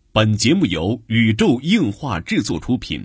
本节目由宇宙硬化制作出品。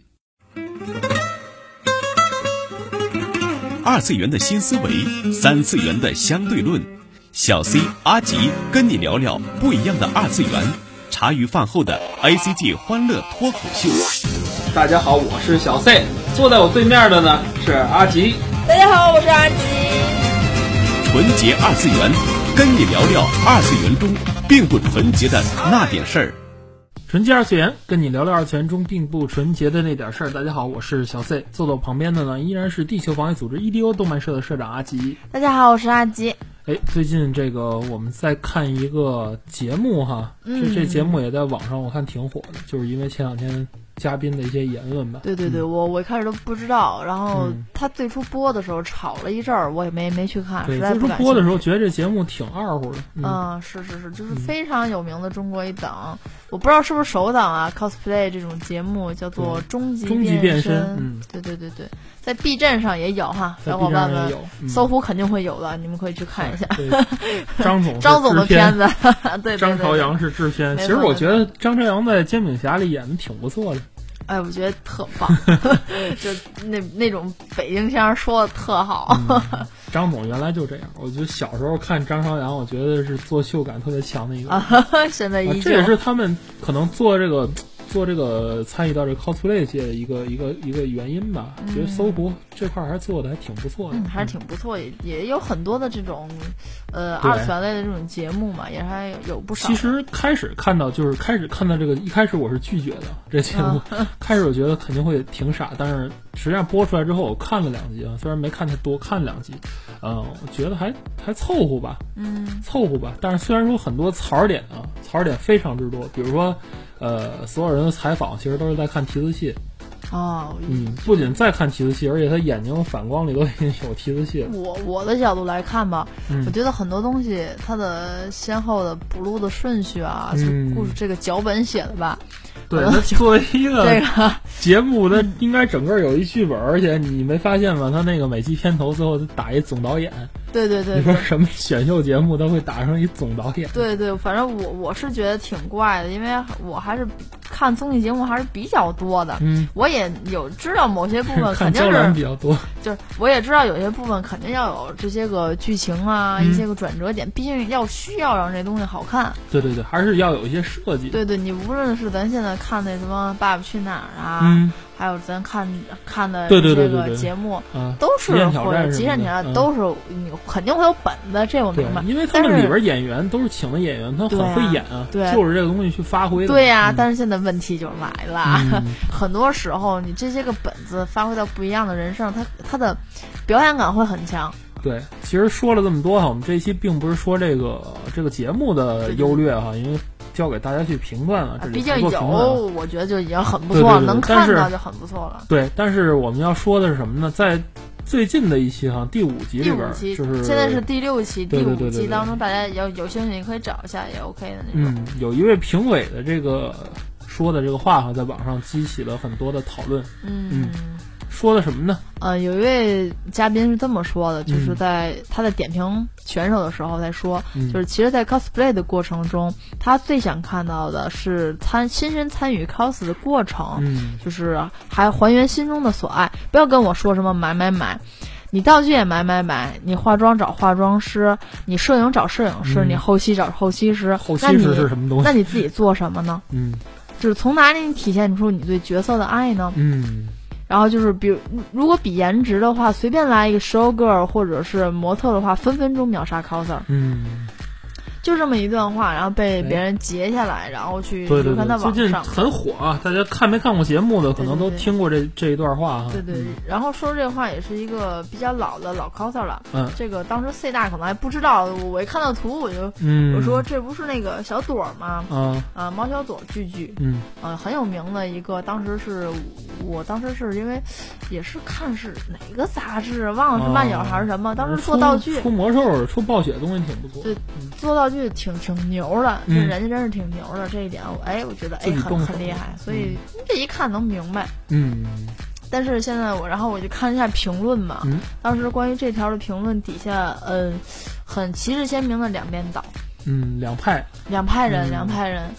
二次元的新思维，三次元的相对论。小 C 阿吉跟你聊聊不一样的二次元。茶余饭后的 ACG 欢乐脱口秀。 大家好，我是小 C， 坐在我对面的呢是阿吉。 大家好，我是阿吉。 纯洁二次元，跟你聊聊二次元中并不纯洁的那点事儿。 纯洁二次元，跟你聊聊二次元中并不纯洁的那点事儿。大家好，我是小 C， 坐在我旁边的呢依然是地球防卫组织 EDO 动漫社的社长阿吉。 大家好，我是阿吉。 最近这个我们在看一个节目哈，这节目也在网上我看挺火的，就是因为前两天嘉宾的一些言论吧。 对对对，我一开始都不知道，然后他最初播的时候吵了一阵儿，我也没去看，实在不感兴趣。 最初播的时候觉得这节目挺二乎的。 是，就是非常有名的中国一档，我不知道是不是首档啊 ，cosplay 这种节目叫做终极变身。对，在 B 站上也有哈，小伙伴们搜狐肯定会有的，你们可以去看一下。 张总的片子，对， 张朝阳是制片。其实我觉得张朝阳在煎饼侠里演的挺不错的。 我觉得特棒，就那种北京腔说的特好。 张总原来就这样，我觉得小时候看张朝阳，我觉得是作秀感特别强的一个人。 现在依旧， 这也是他们可能做这个参与到这 cosplay 界的一个原因吧。觉得搜狐这块还做的还挺不错的， 还是挺不错，也有很多的这种二次元类的这种节目嘛，也还有不少。 其实开始看到这个，一开始我是拒绝的这节目，开始我觉得肯定会挺傻，但是实际上播出来之后我看了2集啊，虽然没看太多，看了2集，我觉得还凑合吧，凑合吧。但是虽然说很多槽点非常之多，比如说所有人的采访其实都是在看提词器。不仅在看提词器，而且他眼睛反光里都已经有提词器了。 我的角度来看吧，我觉得很多东西它的先后的补录的顺序啊，故事这个脚本写的吧。 对，那作为一个节目的应该整个有一剧本，而且你没发现吗？他那个每期片头最后打一总导演。对，你说什么选秀节目都会打上一总导演？ 对，反正我是觉得挺怪的，因为我还是看综艺节目还是比较多的。我也有知道某些部分肯定是比较多， 就是我也知道有些部分肯定要有这些个剧情啊，一些个转折点，毕竟需要让这东西好看。 对，还是要有一些设计。 对，你无论是咱现在看那什么《爸爸去哪儿》啊，还有咱看的这个节目，都是或者极限挑战，都是你肯定会有本子，这我明白。 因为他们里边演员都是请的演员，他很会演啊，就是这个东西去发挥的。 对呀，但是现在问题就来了，很多时候你这些个本子发挥到不一样的人身上，他的表演感会很强。 对，其实说了这么多哈，我们这一期并不是说这个节目的优劣哈，因为交给大家去评断了。 毕竟我觉得就已经很不错了，能看到就很不错了。 对，但是我们要说的是什么呢？在最近的一期哈，第5集里边，就是现在是第6期，第5集当中，大家有兴趣你可以找一下，也 OK 的那种。 有一位评委的这个说的这个话哈，在网上激起了很多的讨论。说的什么呢？ 有一位嘉宾是这么说的，就是在他在点评选手的时候在说，就是其实在 cosplay 的过程中，他最想看到的是亲身参与 cos 的过程，就是还还原心中的所爱，不要跟我说什么买，你道具也买，你化妆找化妆师，你摄影找摄影师，你后期找后期师， 后期师是什么东西？ 那你自己做什么呢？就是从哪里体现出你对角色的爱呢？然后就是如果比颜值的话，随便来一个 show girl 或者是模特的话，分分钟秒杀 coser。就这么一段话，然后被别人截下来，然后去流传到网上。 最近很火啊，大家看没看过节目的可能都听过这一段话哈。 对，然后说这话也是一个比较老 coser 了。这个当时 C 大可能还不知道，我一看到图我说这不是那个小朵吗？毛小朵剧，很有名的一个，当时是因为也是看是哪个杂志忘了是漫友还是什么，当时做道具出魔兽出暴雪的东西挺不错。 对，做道具挺牛的，人家真是挺牛的，这一点我觉得很厉害，所以这一看能明白。但是现在然后我就看一下评论嘛，当时关于这条的评论底下很旗帜鲜明的两边倒。 两派人。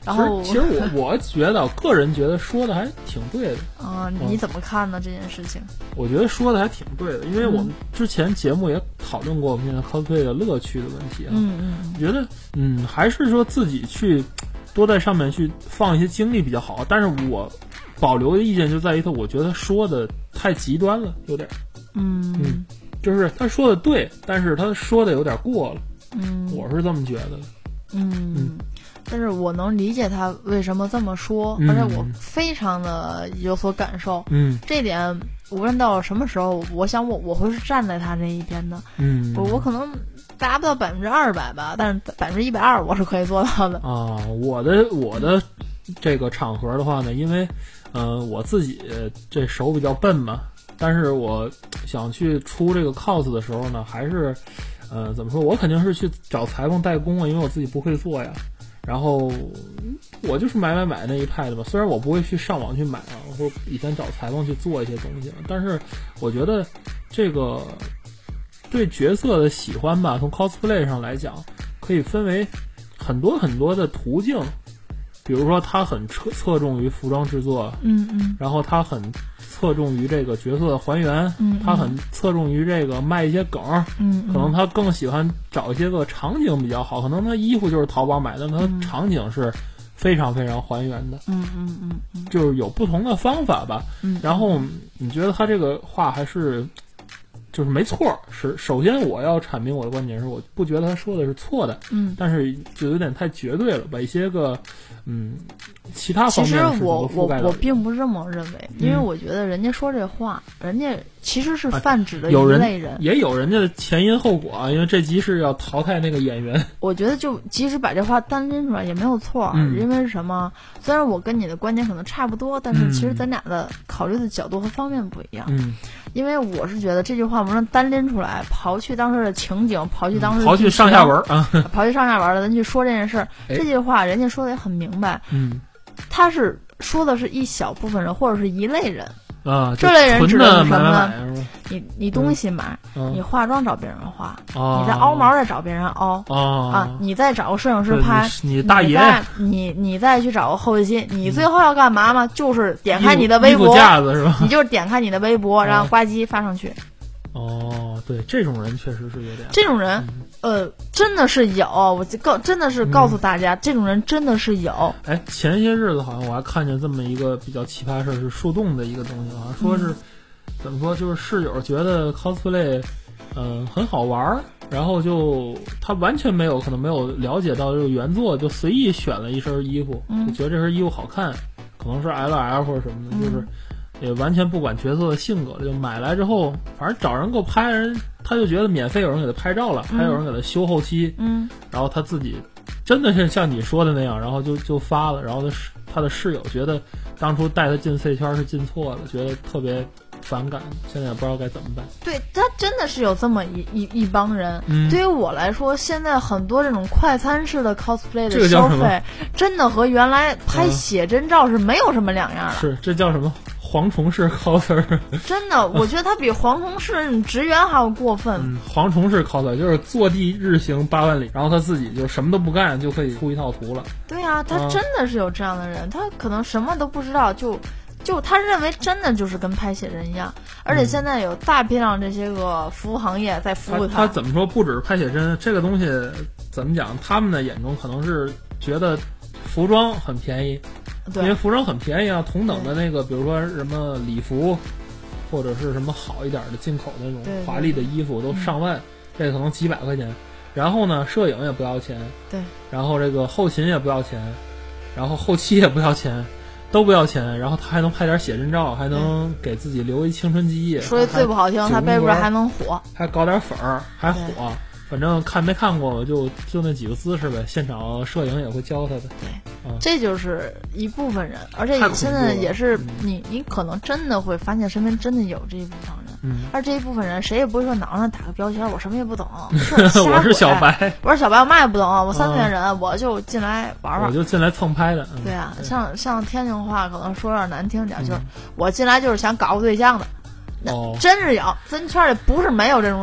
然后其实我觉得个人觉得说的还挺对的。 你怎么看呢这件事情？ 我觉得说的还挺对的，因为我们之前节目也讨论过我们现在 cosplay 的乐趣的问题啊。我觉得还是说自己去多在上面去放一些精力比较好。但是我保留的意见就在于我觉得说的太极端了，有点。就是他说的对，但是他说的有点过了。我是这么觉得的。 但是我能理解他为什么这么说，而且我非常的有所感受。这点无论到什么时候，我想我会是站在他这一边的。我可能达不到200%吧，但是120%我是可以做到的。 我的这个场合的话呢，因为我自己这手比较笨嘛，但是我想去出这个 cos 的时候呢，还是怎么说，我肯定是去找裁缝代工啊，因为我自己不会做呀。然后我就是买那一派的吧，虽然我不会去上网去买啊，或者以前找裁缝去做一些东西，但是我觉得这个对角色的喜欢吧，从 cosplay 上来讲，可以分为很多很多的途径。比如说他很侧重于服装制作，然后他很侧重于这个角色的还原，他很侧重于这个卖一些梗，可能他更喜欢找一些个场景比较好，可能他衣服就是淘宝买的，他场景是非常非常还原的，就是有不同的方法吧。然后你觉得他这个话还是就是没错，是首先我要阐明我的观点是，我不觉得他说的是错的，但是就有点太绝对了，把一些个其他方面的事情都覆盖了。 其实我并不是这么认为，因为我觉得人家说这话，人家其实是泛指的一类人， 也有人家的前因后果啊，因为这集是要淘汰那个演员。 我觉得就即使把这话单拎出来也没有错，因为是什么？虽然我跟你的观点可能差不多，但是其实咱俩的考虑的角度和方面不一样。因为我是觉得这句话我们单拎出来，刨去当时的情景，刨去当时刨去上下文啊， 刨去上下文的，咱去说这件事儿。这句话人家说的也很明白，他是说的是一小部分人或者是一类人啊， 这类人指的是什么呢？你东西买，你化妆找别人化，你在凹毛再找别人凹你再找个摄影师拍， 你大爷， 你再去找个后期，你最后要干嘛吗？就是点开你的微博， 架子是吧？ 你就是点开你的微博，然后呱唧发上去。 对，这种人确实是有点。 这种人，真的是有，我真的是告诉大家，这种人真的是有。 前些日子好像我还看见这么一个比较奇葩事儿，是树洞的一个东西，好像说是怎么说，就是室友觉得 cosplay，很好玩，然后就他完全可能没有了解到这个原作，就随意选了一身衣服，就觉得这身衣服好看，可能是 LL 或者什么的，就是也完全不管角色的性格，就买来之后，反正找人给我拍，人他就觉得免费有人给他拍照了，还有人给他修后期，然后他自己真的是像你说的那样，然后就发了，然后他的室友觉得当初带他进 C 圈是进错了，觉得特别反感，现在也不知道该怎么办。 对，他真的是有这么一帮人。对于我来说，现在很多这种快餐式的 cosplay 的消费，真的和原来拍写真照是没有什么两样的。 是，这叫什么？蝗虫式 coser。 真的，我觉得他比蝗虫式职员还要过分。 蝗虫式 coser 就是坐地日行8万里，然后他自己就什么都不干就可以出一套图了。 对啊，他真的是有这样的人，他可能什么都不知道，就他认为真的就是跟拍写真一样，而且现在有大批量这些个服务行业在服务他怎么说？不只是拍写真这个东西，怎么讲？他们的眼中可能是觉得服装很便宜。因为服装很便宜啊，同等的那个，比如说什么礼服，或者是什么好一点的进口那种华丽的衣服，都上万，这可能几百块钱。然后呢，摄影也不要钱， 对， 然后这个后勤也不要钱，然后后期也不要钱，都不要钱。然后他还能拍点写真照，还能给自己留一青春记忆。 说的最不好听，他背不还能火， 还搞点粉儿，还火。反正看没看过，就那几个姿势呗。现场摄影也会教他的。 对，这就是一部分人，而且现在也是你可能真的会发现身边真的有这一部分人，而这一部分人谁也不会说脑上打个标签，我什么也不懂， 我是小白， 我是小白，我嘛也不懂，我3次元人，我就进来玩玩， 我就进来蹭拍的。 对啊，像天津话可能说有点难听点，就是我进来就是想搞个对象的。真是有，咱圈里不是没有这种人。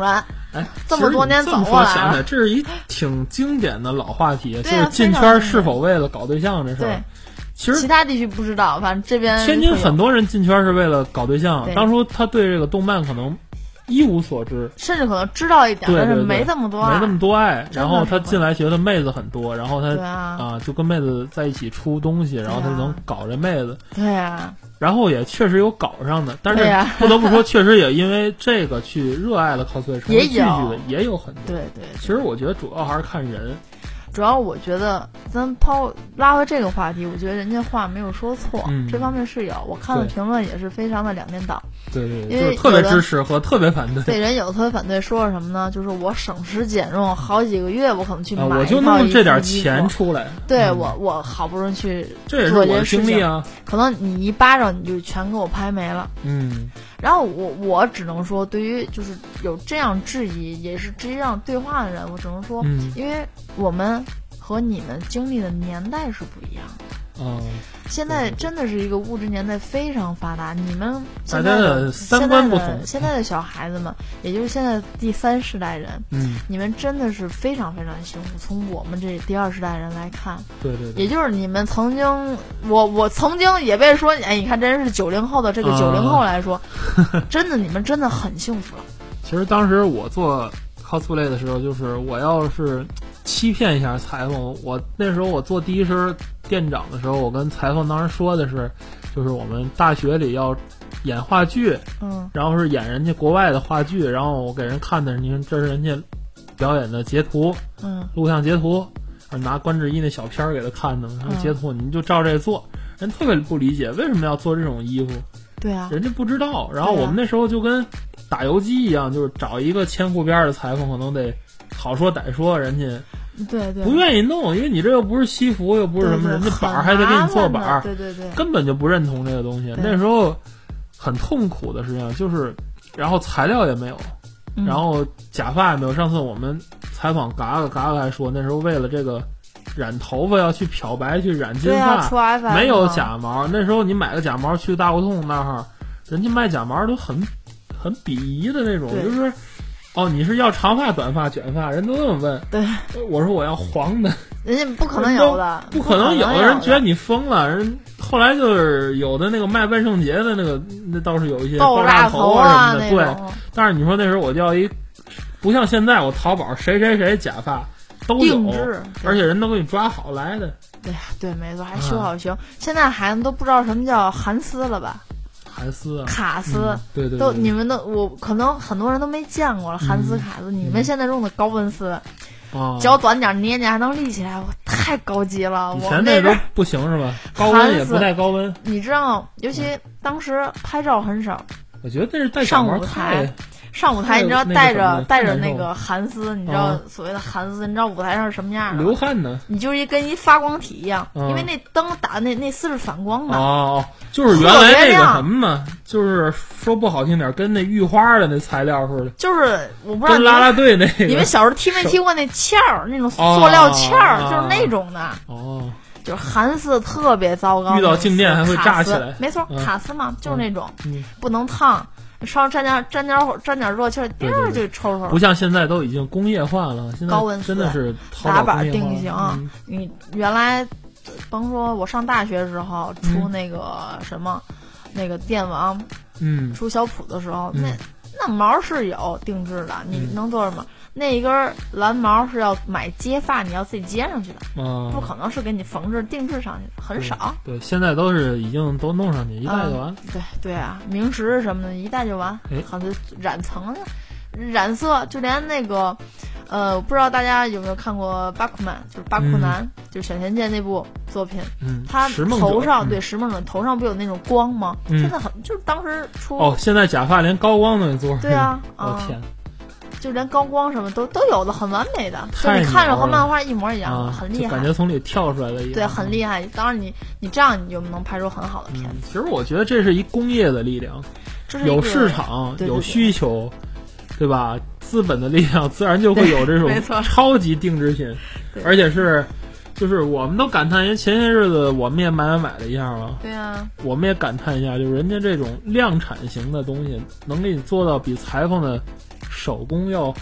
哎， 这么多年走过来了， 这是一挺经典的老话题，就是进圈是否为了搞对象这事儿。其实其他地区不知道，反正这边天津很多人进圈是为了搞对象，当初他对这个动漫可能一无所知， 甚至可能知道一点，但是没这么多爱。然后他进来觉得妹子很多，然后他就跟妹子在一起出东西，然后他就能搞这妹子。 对啊。 然后也确实有搞上的，但是不得不说，确实也因为这个去热爱了 cosplay， 成为戏剧的也有很多。 对。 其实我觉得主要还是看人。 主要我觉得咱拉回这个话题，我觉得人家话没有说错，这方面是有。我看的评论也是非常的两面倒。 对， 因为就是特别支持和特别反对。 对，人有的特别反对，说是什么呢？就是我省吃俭用好几个月，我可能去买我就弄这点钱出来。 对，我好不容易去这也是我的经历啊。 可能你一巴掌你就全给我拍没了。然后我只能说，对于就是有这样质疑，也是质疑这样对话的人，我只能说，因为我们和你们经历的年代是不一样的。现在真的是一个物质年代非常发达，你们现在的三观不同， 现在的小孩子们，也就是现在第3世代人，你们真的是非常非常幸福。从我们这第2世代人来看， 对， 也就是你们曾经，我曾经也被说，哎，你看真是90后的这个90后来说，真的你们真的很幸福了。 其实当时我做 cosplay 的时候，就是我要是欺骗一下裁缝，我那时候我做第一身店长的时候，我跟裁缝当时说的是，就是我们大学里要演话剧，然后是演人家国外的话剧，然后我给人看的，你看这是人家表演的截图，录像截图，拿关智一那小片给他看的，截图你就照这做，人特别不理解为什么要做这种衣服， 对啊， 人家不知道。然后我们那时候就跟打游击一样，就是找一个千户边的裁缝，可能得好说歹说，人家对不愿意弄，因为你这又不是西服，又不是什么，人家板还得给你做板， 对， 根本就不认同这个东西。那时候很痛苦的，实际上就是，然后材料也没有，然后假发也没有。上次我们采访嘎嘎还说，那时候为了这个染头发要去漂白，去染金发，没有假毛。那时候你买个假毛去大胡同那儿，人家卖假毛都很鄙夷的那种，就是。你是要长发、短发、卷发，人都这么问。 对， 我说我要黄的， 人家不可能有的， 不可能有的人觉得你疯了。人后来就是有的那个卖万圣节的那倒是有一些爆炸头啊什么的，对。但是你说那时候我就要一，不像现在我淘宝谁假发都有， 定制， 而且人都给你抓好来的。 对，没错，还修好型。现在孩子都不知道什么叫韩丝了吧？ 韩丝啊， 卡丝， 对， 都你们我可能很多人都没见过了，韩丝卡丝，你们现在用的高温丝，脚短点捏还能立起来，太高级了。 以前那都不行是吧？高温也不带高温。 你知道，尤其当时拍照很少， 我觉得那是带假毛上舞台，你知道带着那个韩丝，你知道所谓的韩丝，你知道舞台上是什么样的？ 流汗呢。 你就是跟一发光体一样，因为那灯打那丝是反光的。 就是原来那个什么嘛，就是说不好听点，跟那玉花的那材料似的。 就是我不知道跟啦啦队那个。 你们小时候踢没踢过那签儿，那种塑料签儿，就是那种的。就是韩丝特别糟糕， 遇到静电还会炸起来。 没错，卡丝嘛，就是那种，不能烫。稍沾点热气儿，滴儿就抽。 不像现在都已经工业化了，现在高温真的是打板定型。你原来甭说我上大学的时候出那个什么，那个电王，出小谱的时候，那毛是有定制的，你能做什么？那一根蓝毛是要买接发，你要自己接上去的，不可能是给你缝制定制上去的，很少。 对，现在都是已经都弄上去，一戴就完。 对啊，明石什么的，一戴就完。好多染层、染色，就连那个，不知道大家有没有看过巴库曼，就是巴库南，就是小田健那部作品。他头上石梦者头上不有那种光吗？现在就是当时出。 现在假发连高光都给做上。 对啊， 天。 就连高光什么都有的，很完美的，就你看着和漫画一模一样，很厉害， 感觉从里跳出来的一样。 对，很厉害。当然你这样你就能拍出很好的片子。 其实我觉得这是一工业的力量，有市场，有需求，对吧？资本的力量自然就会有这种超级定制品，而且是。就是我们都感叹，因为前些日子我们也买了一下嘛。 对啊， 我们也感叹一下，就是人家这种量产型的东西，能给你做到比裁缝的手工要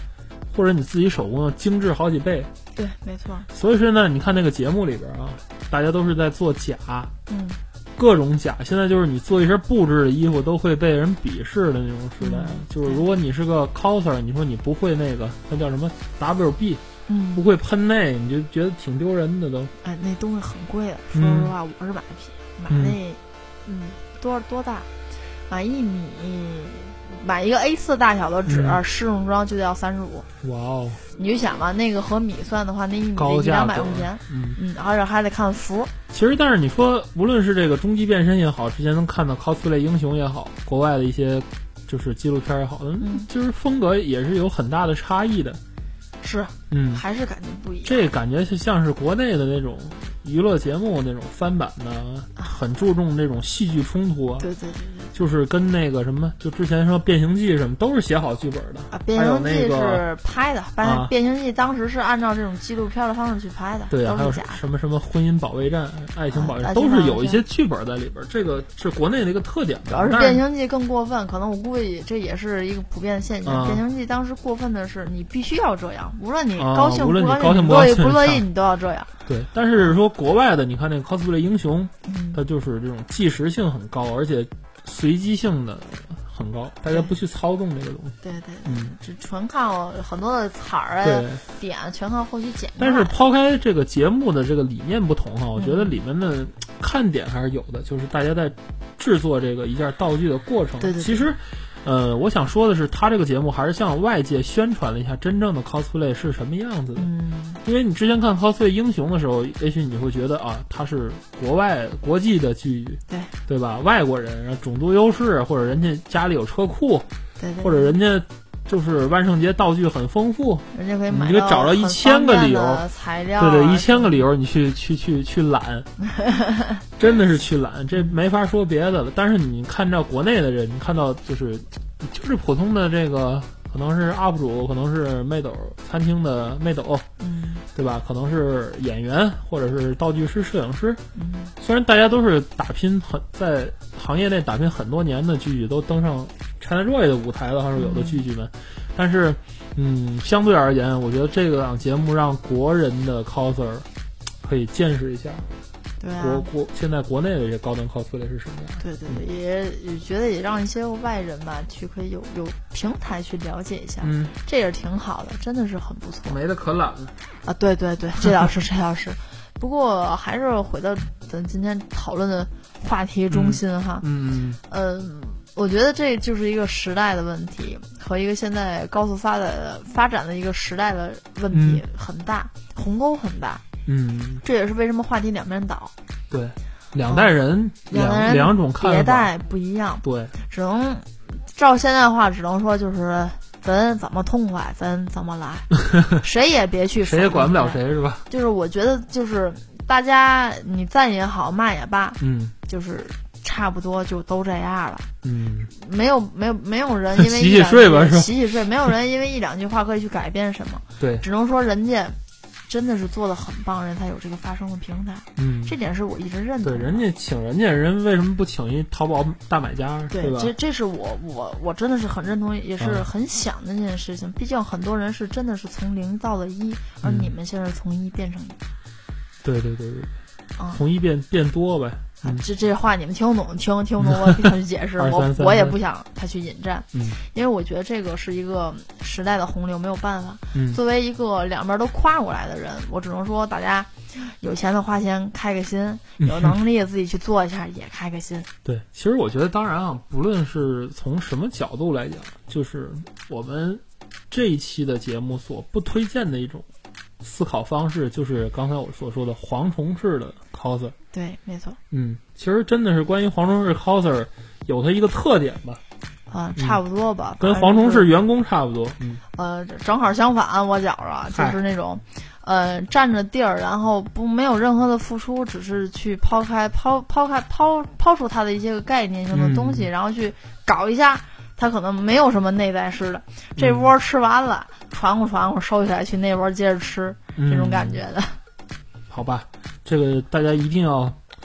或者你自己手工要精致好几倍。 对，没错。 所以说呢，你看那个节目里边啊，大家都是在做假，各种假。现在就是你做一身布制的衣服都会被人鄙视的那种时代。就是如果你是个 coser， 你说你不会那个那叫什么 WB，不会喷那，你就觉得挺丢人的都。 哎，那东西很贵的，说实话，我是买那，多大？买1米，买一个 A4 大小的纸，试用装就要35。 哇哦！ 你就想吧，那个和米算的话，那1米高价 200块钱，而且还得看服。 其实，但是你说，无论是这个终极变身也好，之前能看到 cosplay 英雄也好，国外的一些就是纪录片也好，就是风格也是有很大的差异的。 是，还是感觉不一样。 这感觉像是国内的那种娱乐节目那种翻版的，很注重那种戏剧冲突啊。 对， 就是跟那个什么，就之前说《变形记》什么，都是写好剧本的。 变形记是拍的，变形记当时是按照这种纪录片的方式去拍的。 对啊，还有什么婚姻保卫战、爱情保卫战，都是有一些剧本在里边。这个是国内的一个特点。 主要是变形记更过分，可能我估计这也是一个普遍的现象。变形记当时过分的是，你必须要这样，无论你高兴不乐意，你都要这样。 对，但是说国外的，你看那个 cosplay 英雄，它就是这种即时性很高，而且随机性的很高，大家不去操纵这个东西。 对，只纯靠很多的彩儿点，全靠后期剪。 但是抛开这个节目的这个理念不同哈，我觉得里面的看点还是有的，就是大家在制作这个一件道具的过程。 对， 其实。我想说的是，他这个节目还是向外界宣传了一下真正的 cosplay 是什么样子的。因为你之前看 cosplay 英雄的时候，也许你会觉得啊，他是国际的剧，对吧？外国人，然后种族优势，或者人家家里有车库，或者人家就是万圣节道具很丰富， 人家可以买， 你就找着1000个理由， 材料， 对，1000个理由你去懒，真的是去懒，这没法说别的了。但是你看到国内的人，你看到就是普通的这个，可能是 UP 主，可能是妹斗餐厅的妹斗，对吧？可能是演员或者是道具师、摄影师。虽然大家都是在行业内打拼很多年的剧剧，都登上 ChinaJoy 的舞台了，还是有的剧剧们，但是相对而言，我觉得这个节目让国人的 coser 可以见识一下。 对啊， 现在国内的这些高端 cosplay 是什么样？ 对，也觉得也让一些外人吧可以有平台去了解一下，这也是挺好的，真的是很不错。 没得可懒啊！对，这倒是。不过还是回到咱今天讨论的话题中心哈。我觉得这就是一个时代的问题，和一个现在高速发展的一个时代的问题很大，鸿沟很大。这也是为什么话题两边倒。对， 两代人两种看法， 迭代不一样。 对， 只能照现在话，只能说就是咱怎么痛快，咱怎么来，谁也别去， 谁也管不了谁，是吧？ 就是我觉得，就是大家你赞也好，骂也罢，就是差不多就都这样了。没有人因为洗洗睡吧，是吧？ 洗洗睡，没有人因为一两句话可以去改变什么。 对， 只能说人家真的是做的很棒，人才有这个发声的平台。这点是我一直认同的。 对，人家请人为什么不请一淘宝大买家？对吧？ 这是我真的是很认同，也是很想的那件事情。毕竟很多人是真的是从0到了1，而你们现在从1变成1。 对，从1变多呗。 这话你们听不懂，听不懂我给他去解释。我也不想他去引战，因为我觉得这个是一个时代的洪流，没有办法。作为一个两边都跨过来的人，我只能说大家有钱的花钱开个心，有能力自己去做一下也开个心。 对，其实我觉得当然啊，不论是从什么角度来讲，就是我们这一期的节目所不推荐的一种思考方式，就是刚才我所说的蝗虫式的 coser。 对，没错。 其实真的是关于蝗虫式 coser 有它一个特点吧。 差不多吧， 跟蝗虫式员工差不多。 正好相反，我觉着就是那种占着地儿，然后没有任何的付出，只是去抛出它的一些个概念性的东西，然后去搞一下。他可能没有什么内在式的，这窝吃完了，传呼收起来去那窝接着吃，这种感觉的。 好吧，这个大家一定要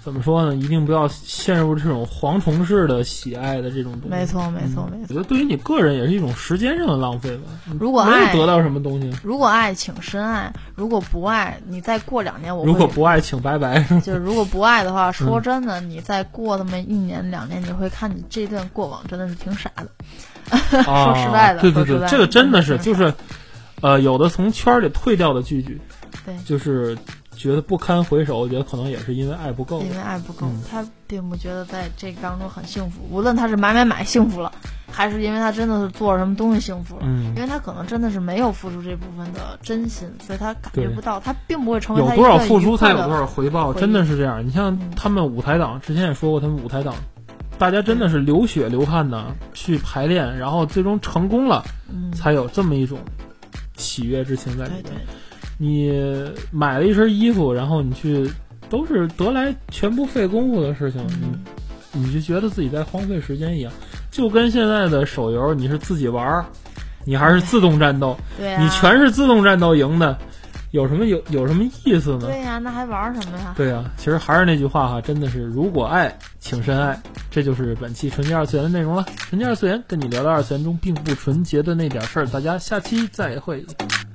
怎么说呢？一定不要陷入这种蝗虫式的喜爱的这种东西。 没错，没错，没错。 我觉得对于你个人也是一种时间上的浪费吧。 如果爱没有得到什么东西， 如果爱，请深爱；如果不爱，你再过2年， 如果不爱，请拜拜。 就是如果不爱的话，说真的，你再过那么1年2年，你会看你这段过往真的是挺傻的。说实在的， 对对对，这个真的是就是，有的从圈里退掉的句句， 对， 就是觉得不堪回首。我觉得可能也是因为爱不够， 因为爱不够，他并不觉得在这个当中很幸福。无论他是买幸福了，还是因为他真的是做了什么东西幸福了，因为他可能真的是没有付出这部分的真心，所以他感觉不到，他并不会成为他有多少付出才有多少回报，真的是这样。你像他们舞台党，之前也说过，他们舞台党。大家真的是流血流汗的去排练，然后最终成功了，才有这么一种喜悦之情在里面。你买了一身衣服，然后你去都是得来全不费功夫的事情，你就觉得自己在荒废时间一样。就跟现在的手游，你是自己玩，你还是自动战斗， 对你全是自动战斗赢的。有什么意思呢？ 对呀，那还玩什么呀？ 对呀，其实还是那句话哈，真的是如果爱，请深爱。这就是本期纯洁二次元的内容了。纯洁二次元跟你聊聊二次元中并不纯洁的那点事儿，大家下期再会。